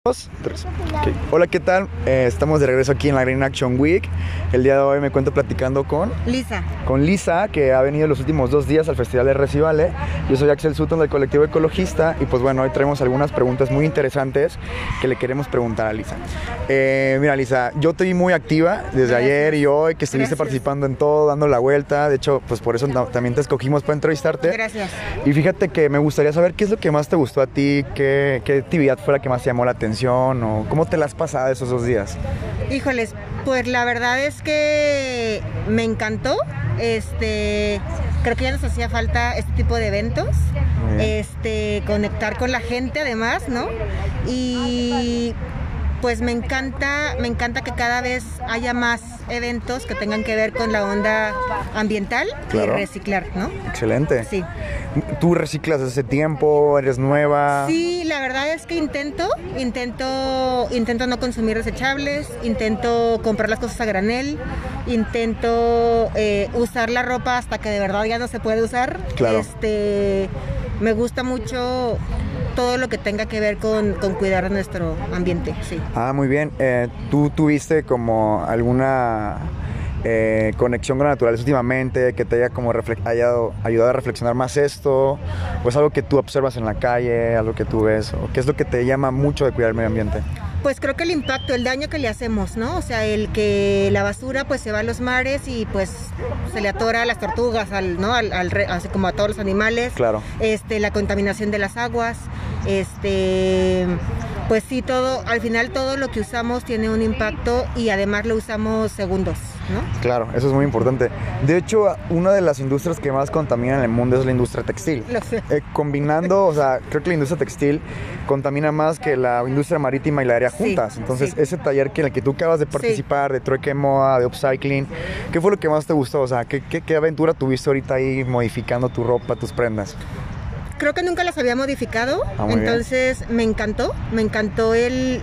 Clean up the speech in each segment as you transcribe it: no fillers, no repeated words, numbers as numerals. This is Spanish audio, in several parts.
Dos, tres. Okay. Hola, ¿qué tal? Estamos de regreso aquí en la Green Action Week. El día de hoy me encuentro platicando con Lisa, que ha venido los últimos 2 días al Festival de Recibale. Yo soy Axel Sutton del colectivo ecologista y pues bueno, hoy traemos algunas preguntas muy interesantes que le queremos preguntar a Lisa. Mira, Lisa, yo te vi muy activa desde ayer y hoy, que estuviste participando en todo, dando la vuelta. De hecho, pues por eso también te escogimos para entrevistarte. Gracias. Y fíjate que me gustaría saber qué es lo que más te gustó a ti, qué actividad fue la que más te llamó la atención o cómo te la has pasado esos 2 días. Híjoles, pues la verdad es que me encantó. Creo que ya nos hacía falta este tipo de eventos, conectar con la gente además, ¿no? Y pues me encanta que cada vez haya más eventos que tengan que ver con la onda ambiental y reciclar, ¿no? Excelente. Sí. ¿Tú reciclas hace tiempo? ¿Eres nueva? Sí, la verdad es que intento no consumir desechables, intento comprar las cosas a granel, intento usar la ropa hasta que de verdad ya no se puede usar. Claro. Me gusta mucho todo lo que tenga que ver con cuidar de nuestro ambiente, sí. Ah, muy bien. ¿Tú tuviste como alguna conexión con la naturaleza últimamente que te haya como ayudado a reflexionar más esto? ¿O es algo que tú observas en la calle, algo que tú ves? ¿O qué es lo que te llama mucho de cuidar el medio ambiente? Pues creo que el impacto, el daño que le hacemos, ¿no? O sea, el que la basura pues se va a los mares y pues se le atora a las tortugas, así como a todos los animales. Claro. La contaminación de las aguas, pues sí, al final todo lo que usamos tiene un impacto y además lo usamos segundos, ¿no? Claro, eso es muy importante. De hecho, una de las industrias que más contamina en el mundo es la industria textil. Lo sé. Combinando, o sea, creo que la industria textil contamina más que la industria marítima y la aérea juntas. Sí, entonces, sí. Ese taller en el que tú acabas de participar, de trueque de moda, de upcycling, ¿qué fue lo que más te gustó? O sea, ¿qué aventura tuviste ahorita ahí modificando tu ropa, tus prendas? Creo que nunca las había modificado, entonces me encantó el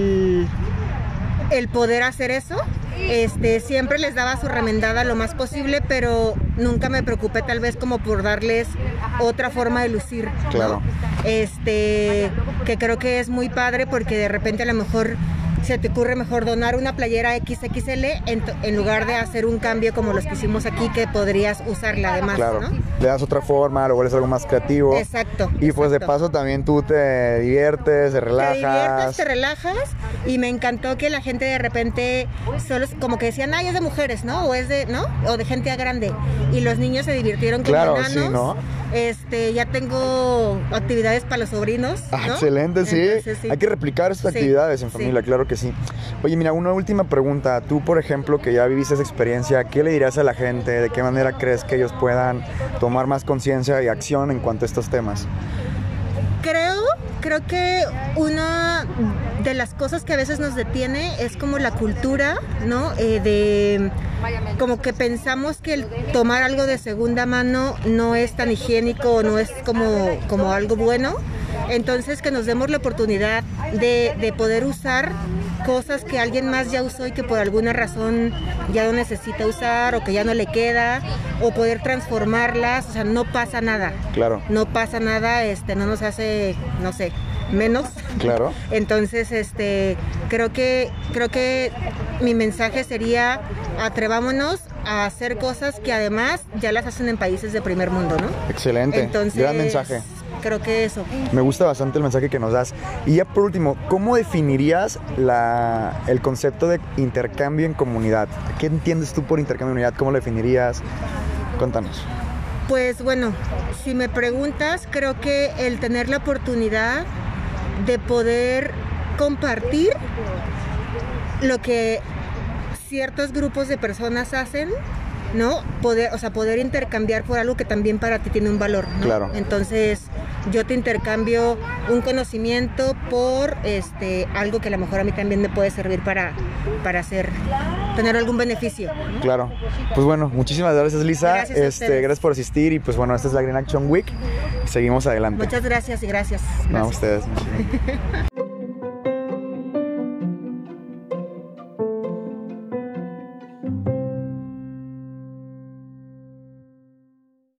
poder hacer eso. Siempre les daba su remendada lo más posible, pero nunca me preocupé tal vez como por darles otra forma de lucir, ¿no? Claro. Que creo que es muy padre porque de repente a lo mejor se te ocurre mejor donar una playera XXL en lugar de hacer un cambio como los que hicimos aquí, que podrías usarla además, claro, ¿no? Le das otra forma, luego es algo más creativo. Exacto. Y pues de paso también tú te diviertes, te relajas. Te relajas y me encantó que la gente de repente solo como que decían, ay, es de mujeres, ¿no? O es de, ¿no? O de gente grande. Y los niños se divirtieron con enanos. Sí, ¿no? Ya tengo actividades para los sobrinos, ¿no? Excelente, sí. Entonces, sí. Hay que replicar estas actividades en familia, claro que sí. Oye, mira, una última pregunta. Tú, por ejemplo, que ya viviste esa experiencia, ¿qué le dirías a la gente? ¿De qué manera crees que ellos puedan tomar más conciencia y acción en cuanto a estos temas? Creo que una de las cosas que a veces nos detiene es como la cultura, ¿no? Como que pensamos que el tomar algo de segunda mano no es tan higiénico o no es como algo bueno. Entonces que nos demos la oportunidad de poder usar cosas que alguien más ya usó y que por alguna razón ya no necesita usar o que ya no le queda, o poder transformarlas. O sea, no pasa nada. Claro. No pasa nada, no nos hace, no sé, menos. Claro. Entonces, creo que mi mensaje sería: atrevámonos a hacer cosas que además ya las hacen en países de primer mundo, ¿no? Excelente. Entonces, gran mensaje. Creo que eso. Me gusta bastante el mensaje que nos das. Y ya por último, ¿cómo definirías el concepto de intercambio en comunidad? ¿Qué entiendes tú por intercambio en comunidad? ¿Cómo lo definirías? Cuéntanos. Pues bueno, si me preguntas, creo que el tener la oportunidad de poder compartir lo que ciertos grupos de personas hacen, ¿no? Poder intercambiar por algo que también para ti tiene un valor, ¿no? Claro. Entonces, yo te intercambio un conocimiento por algo que a lo mejor a mí también me puede servir para tener algún beneficio, ¿no? Claro. Pues bueno, muchísimas gracias, Lisa. Gracias por asistir y pues bueno, esta es la Green Action Week. Seguimos adelante. Muchas gracias y gracias. No, a ustedes.